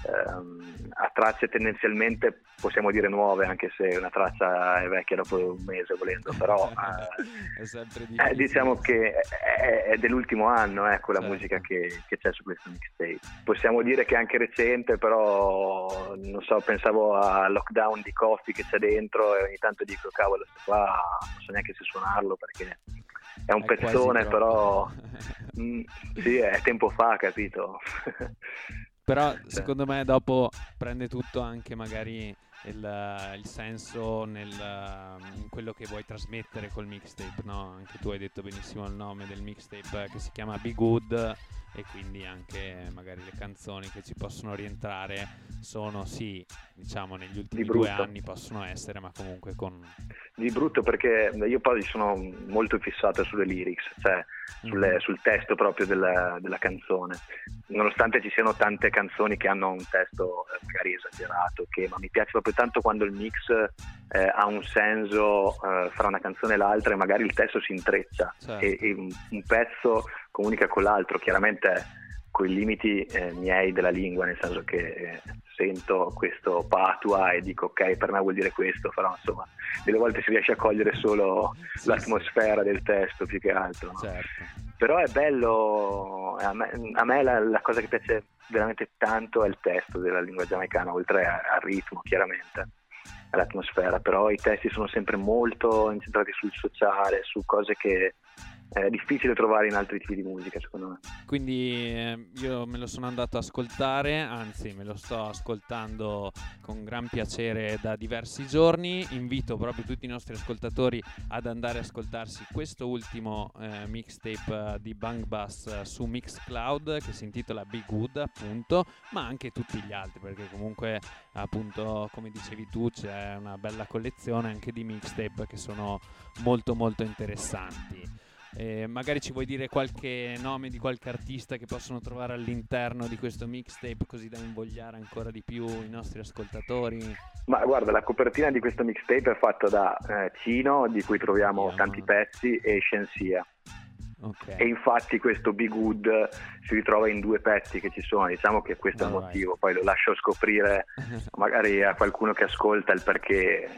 a tracce tendenzialmente possiamo dire nuove, anche se una traccia è vecchia dopo un mese volendo, però è sempre difficile. Diciamo che è dell'ultimo anno, ecco, la musica che c'è su questo mixtape. Possiamo dire che è anche recente, però non so, pensavo a Lockdown di Coffee che c'è dentro e ogni tanto dico cavolo, qua non so neanche se suonarlo perché è un pezzone, però sì, è tempo fa, capito? Però secondo me dopo prende tutto anche magari il senso in quello che vuoi trasmettere col mixtape, no? Anche tu hai detto benissimo il nome del mixtape, che si chiama Be Good, e quindi anche magari le canzoni che ci possono rientrare sono, sì, diciamo negli ultimi 2 anni possono essere, ma comunque con... Di brutto, perché io poi sono molto fissato sulle lyrics, cioè sul testo proprio della canzone, nonostante ci siano tante canzoni che hanno un testo magari esagerato, ma mi piace proprio tanto quando il mix ha un senso fra una canzone e l'altra e magari il testo si intreccia, certo. e un pezzo comunica con l'altro, chiaramente con i limiti miei della lingua, nel senso che sento questo patua e dico ok, per me vuol dire questo, però insomma delle volte si riesce a cogliere solo l'atmosfera del testo più che altro, no? Certo. Però è bello, a me la cosa che piace veramente tanto è il testo della lingua giamaicana, oltre al ritmo chiaramente, all'atmosfera, però i testi sono sempre molto incentrati sul sociale, su cose che è difficile trovare in altri tipi di musica, secondo me. Quindi io me lo sono andato a ascoltare, anzi me lo sto ascoltando con gran piacere da diversi giorni. Invito proprio tutti i nostri ascoltatori ad andare a ascoltarsi questo ultimo mixtape di Bang Bus su Mixcloud, che si intitola Be Good, appunto, ma anche tutti gli altri, perché comunque appunto, come dicevi tu, c'è una bella collezione anche di mixtape che sono molto molto interessanti. Magari ci vuoi dire qualche nome di qualche artista che possono trovare all'interno di questo mixtape, così da invogliare ancora di più i nostri ascoltatori? Ma guarda, la copertina di questo mixtape è fatta da Cino, di cui troviamo tanti pezzi, e Shensia. Okay. E infatti questo Be Good si ritrova in 2 pezzi che ci sono, diciamo che questo è il motivo, poi lo lascio scoprire magari a qualcuno che ascolta il perché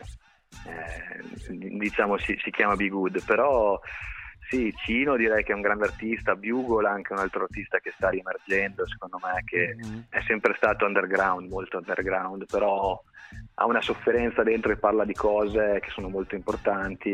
diciamo si chiama Be Good, però sì, Cino direi che è un grande artista, Bugle anche un altro artista che sta riemergendo, secondo me, che è sempre stato underground, molto underground, però ha una sofferenza dentro e parla di cose che sono molto importanti.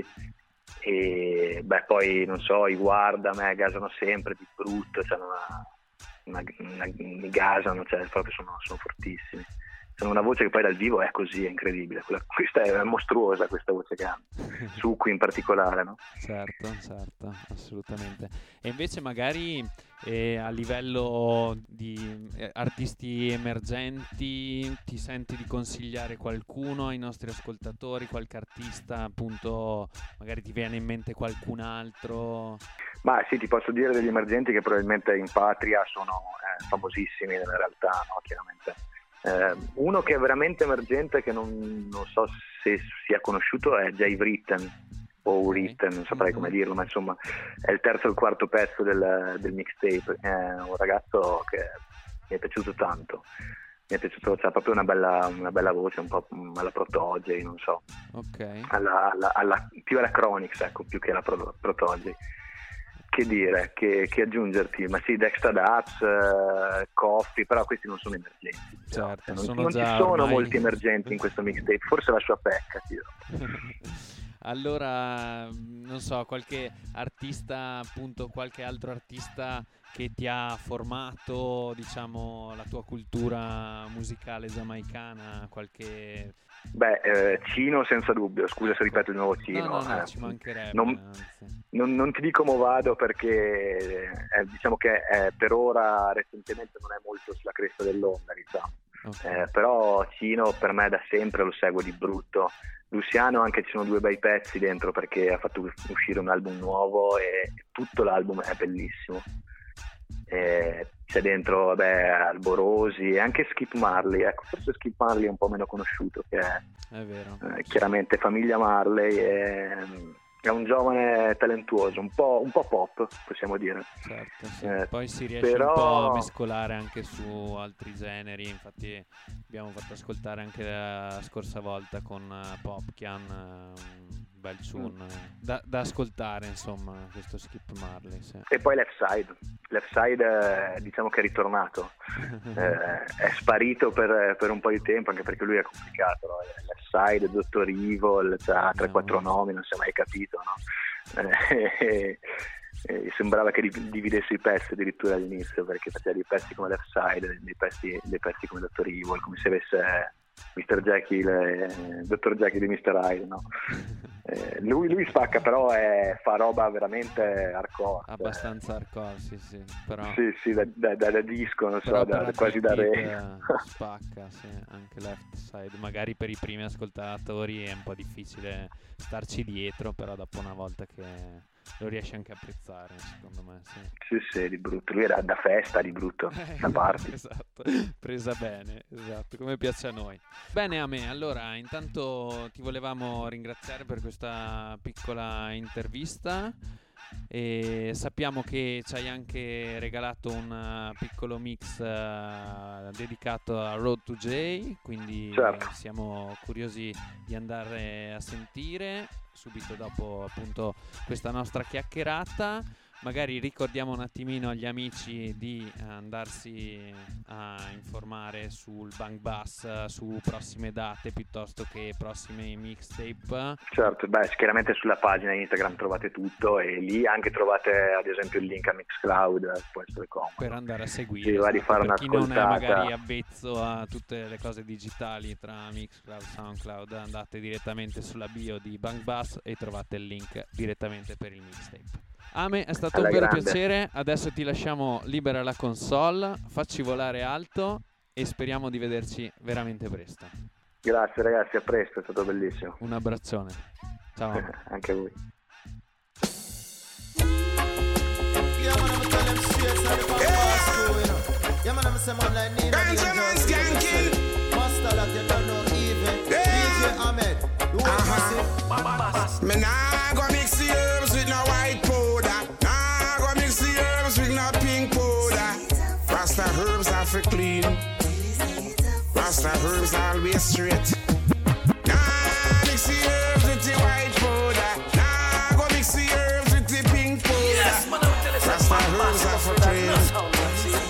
E poi non so, i Guarda me gasano sempre di brutto, cioè mi gasano, cioè proprio sono fortissimi. Sono una voce che poi dal vivo è così, è incredibile. Questa è mostruosa, questa voce che ha, Succo in particolare, no? Certo, assolutamente. E invece magari a livello di artisti emergenti ti senti di consigliare qualcuno ai nostri ascoltatori, qualche artista, appunto, magari ti viene in mente qualcun altro? Ma sì, ti posso dire degli emergenti che probabilmente in patria sono famosissimi nella realtà, no? Chiaramente. Uno che è veramente emergente, che non so se sia conosciuto, è Jay Written o Written, non saprei come dirlo, ma insomma è il terzo o il quarto pezzo del mixtape. È un ragazzo che mi è piaciuto tanto, mi è piaciuto, c'ha proprio una bella voce, un po' alla Proto-J, non so, okay. più alla Chronix, ecco, più che alla Proto-J. Che dire, che aggiungerti? Ma sì, Dexta Daps, Coffee, però questi non sono emergenti. Certo, non ci sono ormai molti emergenti in questo mixtape, forse la sua pecca. Allora, non so, qualche artista, appunto, qualche altro artista che ti ha formato, diciamo, la tua cultura musicale giamaicana, qualche... Beh, Cino senza dubbio, scusa se ripeto di nuovo Cino. No, ci mancherebbe. Non ti dico mo vado perché diciamo che per ora recentemente non è molto sulla cresta dell'onda, diciamo. Okay. Però Cino per me da sempre lo seguo di brutto. Luciano anche ci sono 2 bei pezzi dentro perché ha fatto uscire un album nuovo e tutto l'album è bellissimo. C'è dentro Alborosi e anche Skip Marley, ecco, forse Skip Marley è un po' meno conosciuto, che è vero. Chiaramente famiglia Marley, è un giovane talentuoso, un po' pop, possiamo dire. Certo, sì. Poi si riesce un po' a mescolare anche su altri generi, infatti abbiamo fatto ascoltare anche la scorsa volta con Popkian un bel tune da ascoltare, insomma, questo Skip Marley, sì. E poi Left Side diciamo che è ritornato. È sparito per un po' di tempo, anche perché lui è complicato, no? Left Side, Dr. Evil, c'ha 3-4 nomi, non si è mai capito, no? Sembrava che dividesse i pezzi addirittura all'inizio, perché faceva dei pezzi come Left Side, dei pezzi come Dr. Evil, come se avesse Mr. Jekyll, Dr. Jekyll di Mr. Hyde, no? Lui spacca, però fa roba veramente hardcore. Abbastanza hardcore, sì, però... Sì, da disco, non so, quasi da re. Spacca, sì, anche Left Side. Magari per i primi ascoltatori è un po' difficile starci dietro, però dopo una volta che lo riesci anche a apprezzare, secondo me, sì, di brutto. Lui era da festa, di brutto, da party. Esatto, presa bene, esatto, come piace a noi. Bene, a me, allora, intanto ti volevamo ringraziare per questa piccola intervista e sappiamo che ci hai anche regalato un piccolo mix dedicato a Road to J, quindi certo. Siamo curiosi di andare a sentire subito dopo appunto questa nostra chiacchierata. Magari ricordiamo un attimino agli amici di andarsi a informare sul Bang Bus, su prossime date piuttosto che prossime mixtape. Certo, chiaramente sulla pagina Instagram trovate tutto e lì anche trovate ad esempio il link a Mixcloud, può essere comodo per andare a seguire. Sì, va di fare per chi non è un'ascoltata. magari avvezzo a tutte le cose digitali tra Mixcloud, Soundcloud, andate direttamente sulla bio di Bang Bus e trovate il link direttamente per il mixtape. A me è stato un vero piacere, adesso ti lasciamo libera la console, facci volare alto e speriamo di vederci veramente presto. Grazie ragazzi, a presto, è stato bellissimo. Un abbraccione, ciao. Anche a voi. Rasta herbs are for clean. Rasta herbs always straight. Nah, mix the herbs with the white powder. Nah, go mix the herbs with the pink powder. Rasta herbs are for clean.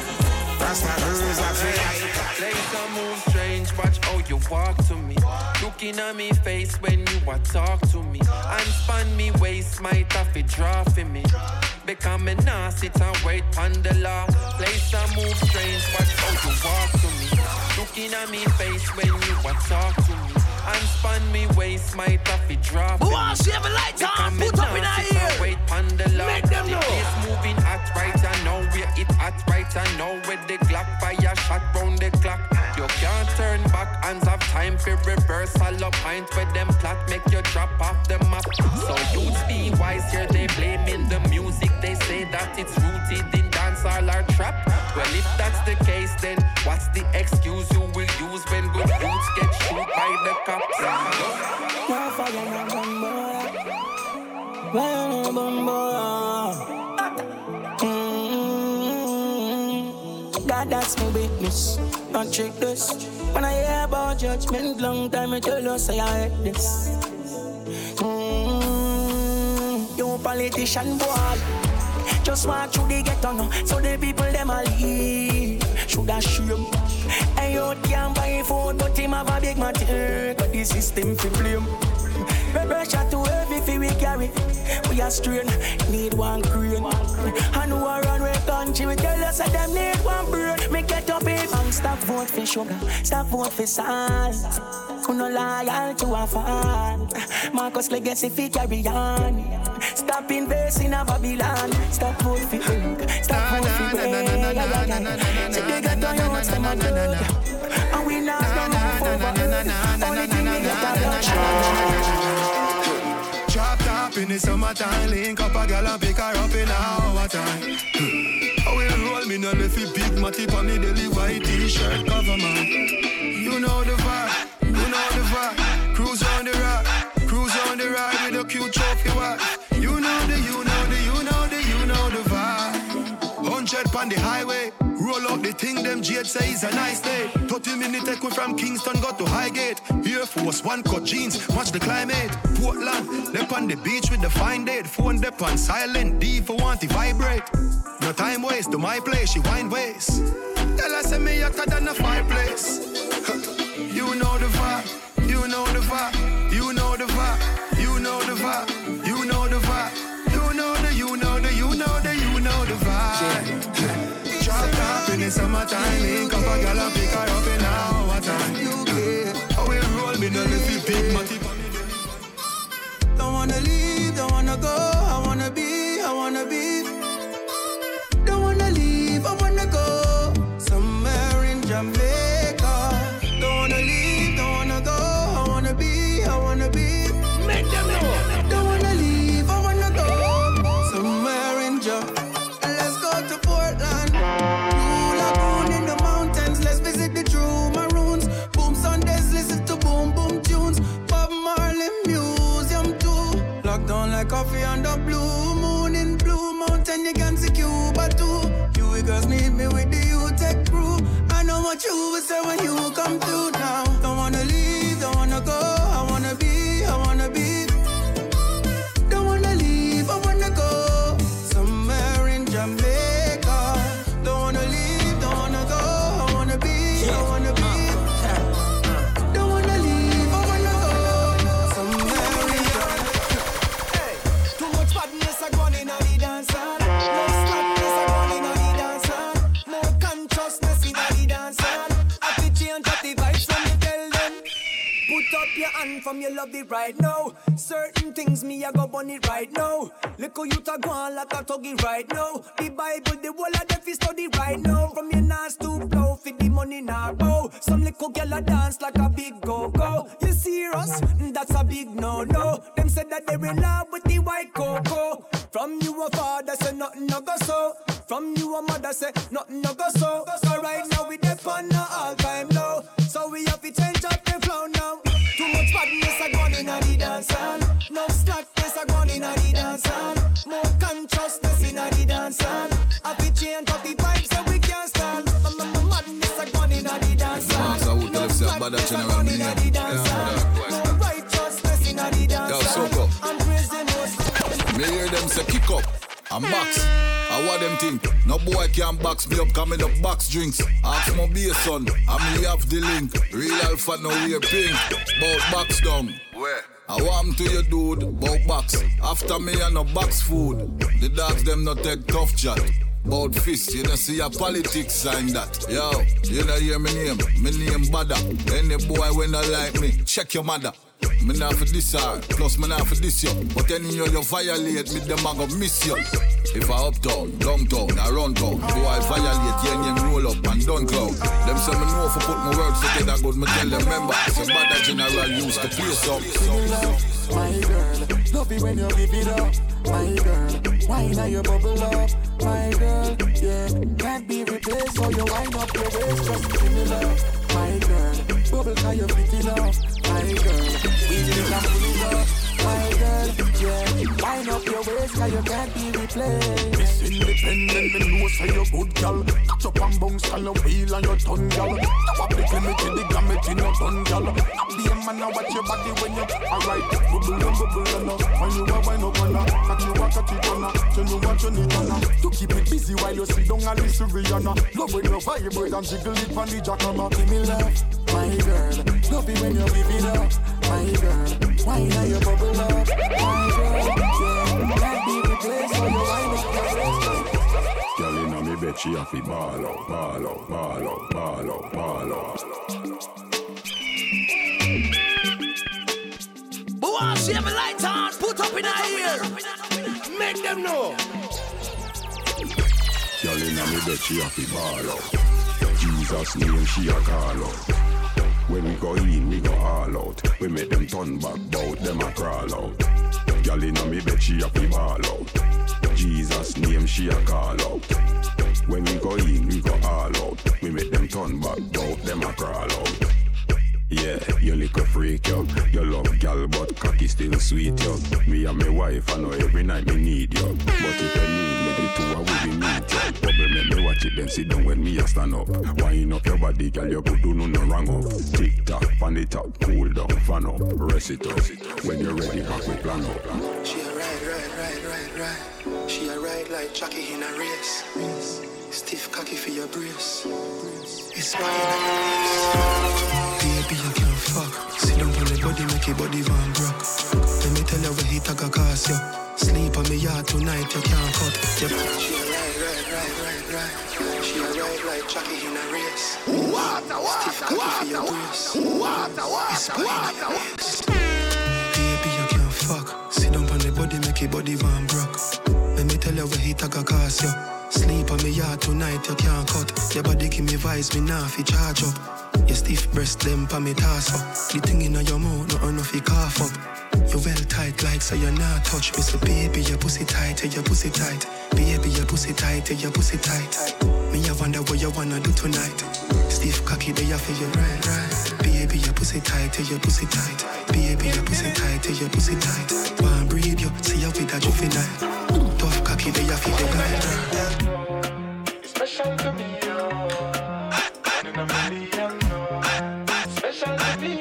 Rasta herbs are for light. Later move strange, watch how you walk to me. Look Looking at me face when you a talk to me. And span me waist, might have to draw for me. Because me nah sit and wait on the law. Place and move strange, watch how you walk to me. Looking at me face when you a talk to me. And span me waist, might have to draw for me. Because me nah sit and wait on the law. The place moving hot right and now. Where it hot right and now. With the Glock fire shot round the clock. You can't turn back, hands have time for reversal. A pint with them plot, make you drop off the map. So youths be wise here, they blaming the music. They say that it's rooted in dancehall or trap. Well, if that's the case, then what's the excuse you will use when good youths get shoot by the cops? God, that's my witness, not trick this. When I hear about judgment, long time I tell you, say I hate this. You politician boy, just walk through the ghetto now, so the people them a leave. Should I shame? And you can't buy food, but him have a big matter. But the system fi blame. We pressure too heavy fi we carry. We are strain, need one crane. And who are run with country, we tell us that them need one brain. Make get up it and stop vote for sugar, stop vote for salt. Who no loyal to a fan. Marcus legacy fi carry on. Stop investing in Babylon. Stop vote for ink, stop vote for bread. So they got on your watch them a dog. And we not gonna move over. Only thing we get a bloodshot. Drop top in the summertime, link up a gal and pick her up in our time. I will roll me no left it big matty on me daily white t-shirt cover man. You know the vibe, you know the vibe. Cruise on the ride with a cute trophy wife. You know the vibe. 100 on the highway, roll up the thing them Jade say is a nice day. 30 minutes take we from Kingston got to Highgate. Air Force, one cut jeans, watch the climate. Portland, lep on the beach with the fine date. Phone dep on silent, D for want to vibrate. No time waste to my place, she wine waste. Tell her say me hotter than a fireplace. You know the vibe, you know the vibe, you know the vibe, you know the vibe, you know the vibe, you know the vibe. Drop top in the summertime, link up a gal and pick her up in our time. I will roll me no little big matty. Don't wanna leave, don't wanna go, I wanna be. Don't wanna leave, I wanna go somewhere in Jamaica. Don't wanna leave, don't wanna go, I wanna be. Make them know. Don't wanna leave, I wanna go somewhere in Jamaica. Let's go to Portland, Blue Lagoon in the mountains. Let's visit the true maroons. Boom Sundays, listen to boom boom tunes. Bob Marley Museum too. Locked down like coffee under blue moon in Blue Mountain. You can see Cuba too. You girls need me with the U-Tech crew. I know what you will say when you come through now. Don't wanna leave, don't wanna go, I wanna be. Don't wanna leave, I wanna go somewhere in Jamaica. Don't wanna leave, don't wanna go, I wanna be. Don't wanna leave, I wanna go somewhere in Jamaica. Hey, too much badness a gone in a the dance hall. No slackness a gone in a the dance hall. More consciousness in a the dance hall. Happy change up the vibes when you tell them. Put up your hand from you love it right now. Certain things me a go bun it right now. Look how you ta go on like a tuggy right now. The Bible, the whole of them fi study right now. From your nose to blow, fi the money now bow. Some little girl a dance like a big go-go. You serious? That's a big no-no. Them said that they in love with the white cocoa. From you a father say nothing no go so. From you a mother say nothing no go so. So right now we dep on the all-time low. So we have to change up the flow now. Too much badness a gone in a the dance hall. No slackness a gone in a the dance hall. More consciousness in a the dance hall. Have to change up the vibes so we can't stand. Madness a gone in a the dance hall. No slackness a gone in a the dance hall. More righteousness in a the dance hall. I'm praising us. Me hear them say kick up and box. I want them think. No boy can box me up, come in the box drinks. Ask my beer son, I'm have the link. Real alpha no wear pink. Bout box down. Where? I want to you dude, bout box. After me and no box food. The dogs them not take tough chat. Bout fist, you don't see a politics sign that. Yo, you don't hear me name Bada. Any boy when not like me, check your mother. Me not for this hard, plus me not for this yo. But any you violate me, them I go miss you. If I uptown, downtown, I run town. Boy violate, yeah, roll up and done clown. Them say me know if I put my words together good, me tell them remember. Some bad general used to play some. My girl, love it when you give it up. My girl, why now you bubble up? My girl, yeah, can't be replaced. So you wind up your waist, just give me love. My girl, bubble cause you fit it up. My girl, easy can pull it up. My girl, yeah, wind up your waist cause you can't be replaced. Miss Independent, me know say you good gal. Catch up and bounce on the wheel and your tongue gal. Tap the limit in the gamut in your tongue gal. Be a man and watch your body when you alright. Bubble and when you are wind up and catch you a catch it on. Tell you what you need on. To keep it busy while you sit down and listen Rihanna. Love when you vibrate and jiggle it on the jackhammer. Give me love, my girl. Love it when you give it up. My girl, why now you bubble up? My girl, yeah, can't be replaced. So you wind up your waist. Girl inna me bed, she have to ball out, ball out, ball out, ball out, ball out. But once you have a light on, put up in her ear. Make them know. Girl inna me bed, she have to ball out. Jesus name she a call out. When we go in, we go all out. We make them turn back, bout them a crawl out. Girl inna me bed, she a fi ball out. Jesus name she a call out. When we go in, we go all out. We make them turn back, bout them a crawl out. Yeah, you little freak, yo. You love gal, but cocky still sweet, yo. Me and my wife, I know every night me need you. But if you need me, the two I will be meet you. Bubble make me watch it, then sit down when me a stand up. Wind up your body, girl, you could do no wrong up. Tick tock, pan it up, cool down, fan up, rest it up. When you're ready, back we plan up. She a ride. She a ride like Jackie in a race. Stiff cocky for your brace. It's mine. Baby, you can't fuck. Sit down on the body, make your body van broke. Let me tell you where he take a cast, yo. Sleep on me yard tonight, you can't cut. Yep. She a ride. She a ride like Jackie in a race. Stiff cocky for your brace. It's mine. Baby, you can't fuck. Sit down on the body, make your body van broke. Let me tell you where he take a cast, yo. Sleep on me yard tonight, you can't cut. Your body give me vibes, me nah fi charge up. Your stiff breast, them pa me toss up. The thing in your mouth, no enough you cough up. You well tight like so you not touch. Me say baby, your pussy tight, your pussy tight. Baby, your pussy tight, your pussy tight. Me I wonder what you wanna do tonight. Stiff cocky, they you feel you right. Baby, your pussy tight, your pussy tight. Baby, your pussy tight, your pussy tight. Wanna breathe you, see you with a juvenile. Tough cocky, they you feel you right. It's special to me, one in a million. Special to me,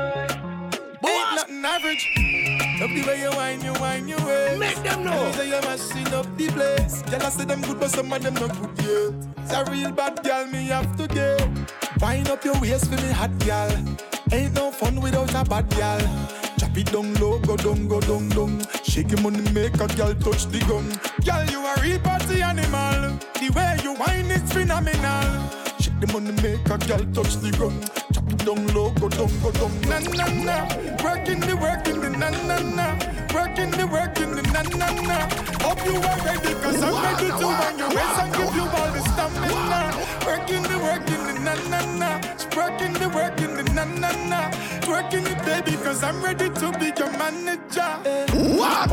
ain't nothing average. Love the way you whine your way. Make them know. You say you're mashing up the place. Y'all say them good, but some of them not good yet. It's a real bad girl, me have to get. Wind up your waist for me hot girl. Ain't no fun without a bad girl. Chop it down low, go down. Shake your money, make a girl touch the gum. Girl, you a real party animal. The way you whine is phenomenal. Shake the money, make a girl touch the gum. Chop it down low, go down. Na. Working the na. Working the na. Hope you are ready, cause I'm ready to wind your waist and give you all the stamina. Working the na. Working the na. Twerking it, baby, cause I'm ready to be your manager. What?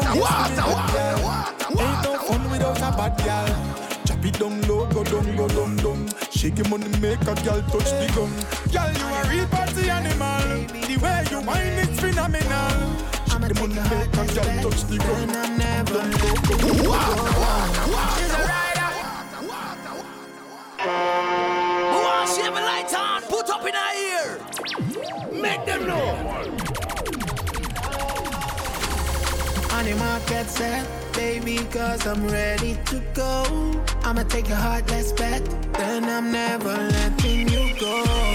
Ain't no fun without a bad girl. Chop it down low, go down. Shake your money, make a girl touch the gum. Girl, you a real party animal. The way you whine is phenomenal. Shake the money, make a girl touch the gum. She's a rider. Who wants to have a light on? Put up in her ear. Make them know. On the market set, baby, cause I'm ready to go. I'ma take your heart, let's bet. Then I'm never letting you go.